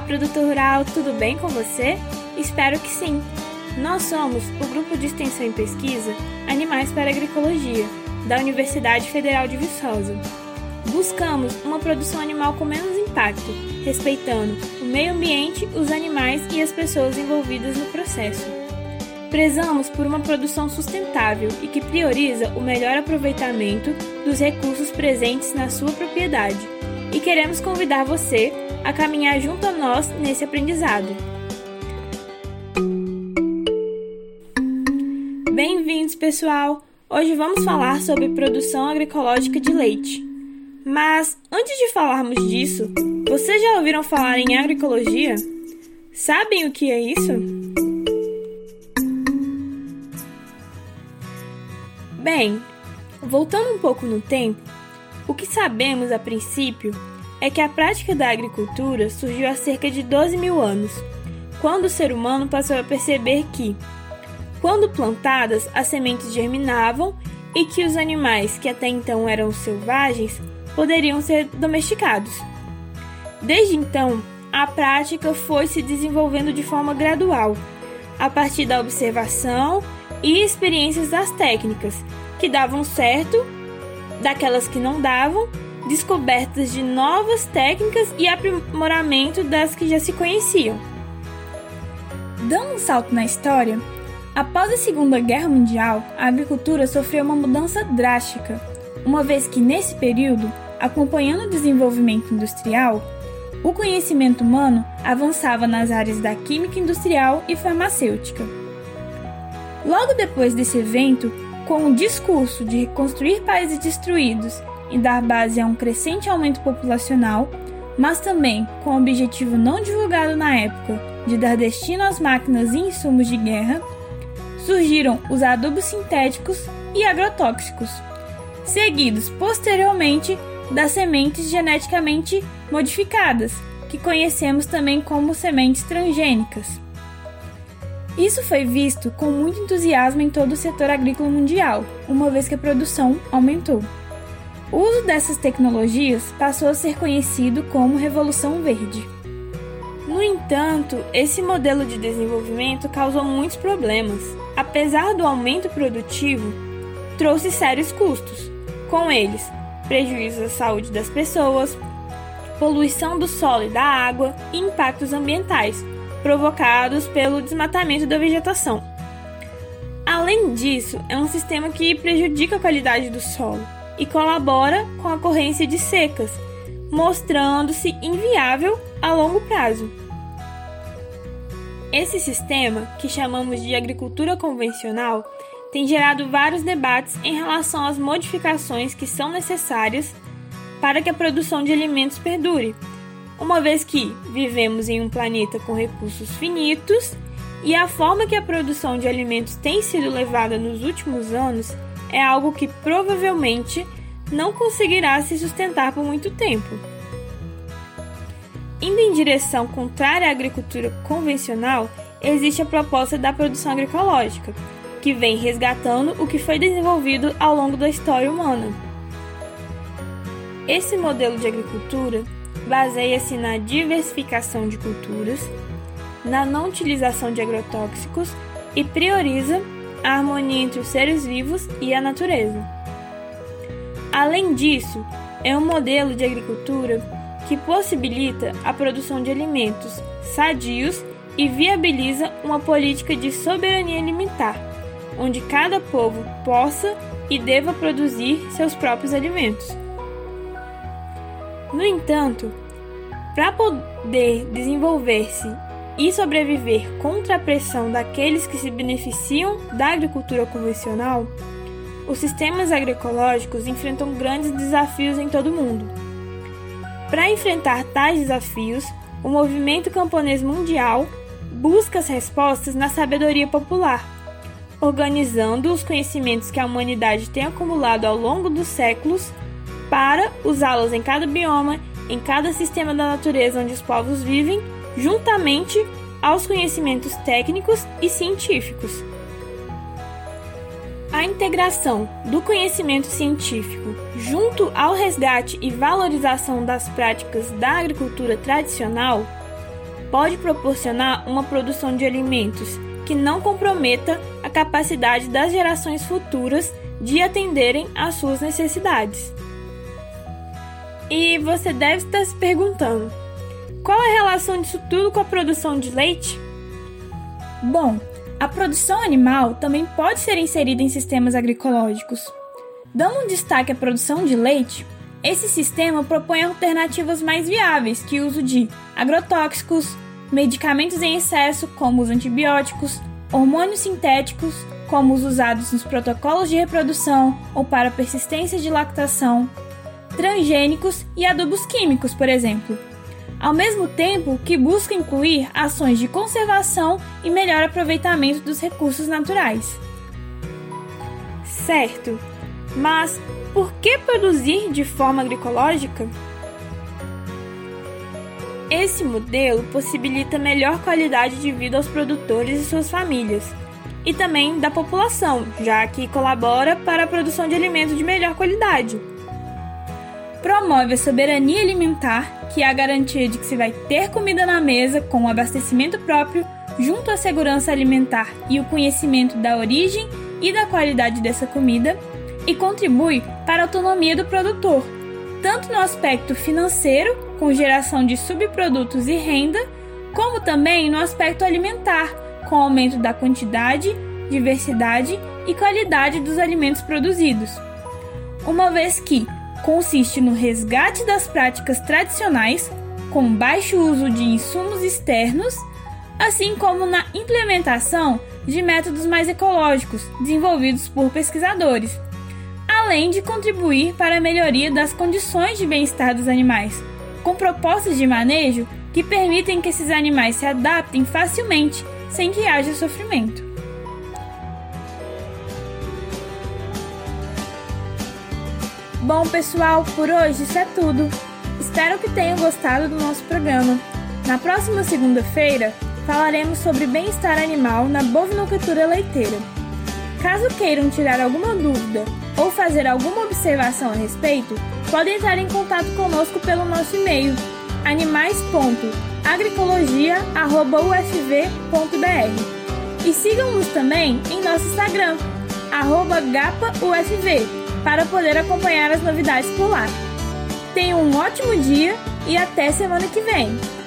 produtor rural, tudo bem com você? Espero que sim! Nós somos o Grupo de Extensão e Pesquisa Animais para a Agroecologia, da Universidade Federal de Viçosa. Buscamos uma produção animal com menos impacto, respeitando o meio ambiente, os animais e as pessoas envolvidas no processo. Prezamos por uma produção sustentável e que prioriza o melhor aproveitamento dos recursos presentes na sua propriedade. E queremos convidar você a caminhar junto a nós nesse aprendizado. Bem-vindos, pessoal! Hoje vamos falar sobre produção agroecológica de leite. Mas, antes de falarmos disso, vocês já ouviram falar em agroecologia? Sabem o que é isso? Bem, voltando um pouco no tempo, o que sabemos a princípio é que a prática da agricultura surgiu há cerca de 12 mil anos, quando o ser humano passou a perceber que, quando plantadas, as sementes germinavam e que os animais que até então eram selvagens poderiam ser domesticados. Desde então, a prática foi se desenvolvendo de forma gradual, a partir da observação e experiências das técnicas, que davam certo, daquelas que não davam, descobertas de novas técnicas e aprimoramento das que já se conheciam. Dando um salto na história, após a Segunda Guerra Mundial, a agricultura sofreu uma mudança drástica, uma vez que nesse período, acompanhando o desenvolvimento industrial, o conhecimento humano avançava nas áreas da química industrial e farmacêutica. Logo depois desse evento, com o discurso de reconstruir países destruídos e dar base a um crescente aumento populacional, mas também com o objetivo não divulgado na época de dar destino às máquinas e insumos de guerra, surgiram os adubos sintéticos e agrotóxicos, seguidos posteriormente das sementes geneticamente modificadas, que conhecemos também como sementes transgênicas. Isso foi visto com muito entusiasmo em todo o setor agrícola mundial, uma vez que a produção aumentou. O uso dessas tecnologias passou a ser conhecido como Revolução Verde. No entanto, esse modelo de desenvolvimento causou muitos problemas. Apesar do aumento produtivo, trouxe sérios custos. Com eles, prejuízos à saúde das pessoas, poluição do solo e da água e impactos ambientais, provocados pelo desmatamento da vegetação. Além disso, é um sistema que prejudica a qualidade do solo e colabora com a ocorrência de secas, mostrando-se inviável a longo prazo. Esse sistema, que chamamos de agricultura convencional, tem gerado vários debates em relação às modificações que são necessárias para que a produção de alimentos perdure, uma vez que vivemos em um planeta com recursos finitos e a forma que a produção de alimentos tem sido levada nos últimos anos é algo que provavelmente não conseguirá se sustentar por muito tempo. Indo em direção contrária à agricultura convencional, existe a proposta da produção agroecológica, que vem resgatando o que foi desenvolvido ao longo da história humana. Esse modelo de agricultura baseia-se na diversificação de culturas, na não utilização de agrotóxicos e prioriza a harmonia entre os seres vivos e a natureza. Além disso, é um modelo de agricultura que possibilita a produção de alimentos sadios e viabiliza uma política de soberania alimentar, onde cada povo possa e deva produzir seus próprios alimentos. No entanto, para poder desenvolver-se e sobreviver contra a pressão daqueles que se beneficiam da agricultura convencional, os sistemas agroecológicos enfrentam grandes desafios em todo o mundo. Para enfrentar tais desafios, o movimento camponês mundial busca as respostas na sabedoria popular, organizando os conhecimentos que a humanidade tem acumulado ao longo dos séculos para usá-los em cada bioma, em cada sistema da natureza onde os povos vivem, juntamente aos conhecimentos técnicos e científicos. A integração do conhecimento científico junto ao resgate e valorização das práticas da agricultura tradicional pode proporcionar uma produção de alimentos que não comprometa a capacidade das gerações futuras de atenderem às suas necessidades. E você deve estar se perguntando, qual é a relação disso tudo com a produção de leite? Bom, a produção animal também pode ser inserida em sistemas agroecológicos. Dando um destaque à produção de leite, esse sistema propõe alternativas mais viáveis que o uso de agrotóxicos, medicamentos em excesso, como os antibióticos, hormônios sintéticos, como os usados nos protocolos de reprodução ou para persistência de lactação, transgênicos e adubos químicos, por exemplo, ao mesmo tempo que busca incluir ações de conservação e melhor aproveitamento dos recursos naturais. Certo, mas por que produzir de forma agroecológica? Esse modelo possibilita melhor qualidade de vida aos produtores e suas famílias, e também da população, já que colabora para a produção de alimentos de melhor qualidade. Promove a soberania alimentar, que é a garantia de que se vai ter comida na mesa com o abastecimento próprio, junto à segurança alimentar e o conhecimento da origem e da qualidade dessa comida, e contribui para a autonomia do produtor, tanto no aspecto financeiro, com geração de subprodutos e renda, como também no aspecto alimentar, com aumento da quantidade, diversidade e qualidade dos alimentos produzidos. Uma vez que consiste no resgate das práticas tradicionais, com baixo uso de insumos externos, assim como na implementação de métodos mais ecológicos, desenvolvidos por pesquisadores, além de contribuir para a melhoria das condições de bem-estar dos animais, com propostas de manejo que permitem que esses animais se adaptem facilmente, sem que haja sofrimento. Bom, pessoal, por hoje isso é tudo. Espero que tenham gostado do nosso programa. Na próxima segunda-feira, falaremos sobre bem-estar animal na bovinocultura leiteira. Caso queiram tirar alguma dúvida ou fazer alguma observação a respeito, podem entrar em contato conosco pelo nosso e-mail animais.agricologia@ufv.br e sigam-nos também em nosso Instagram, @gapaufv, para poder acompanhar as novidades por lá. Tenham um ótimo dia e até semana que vem!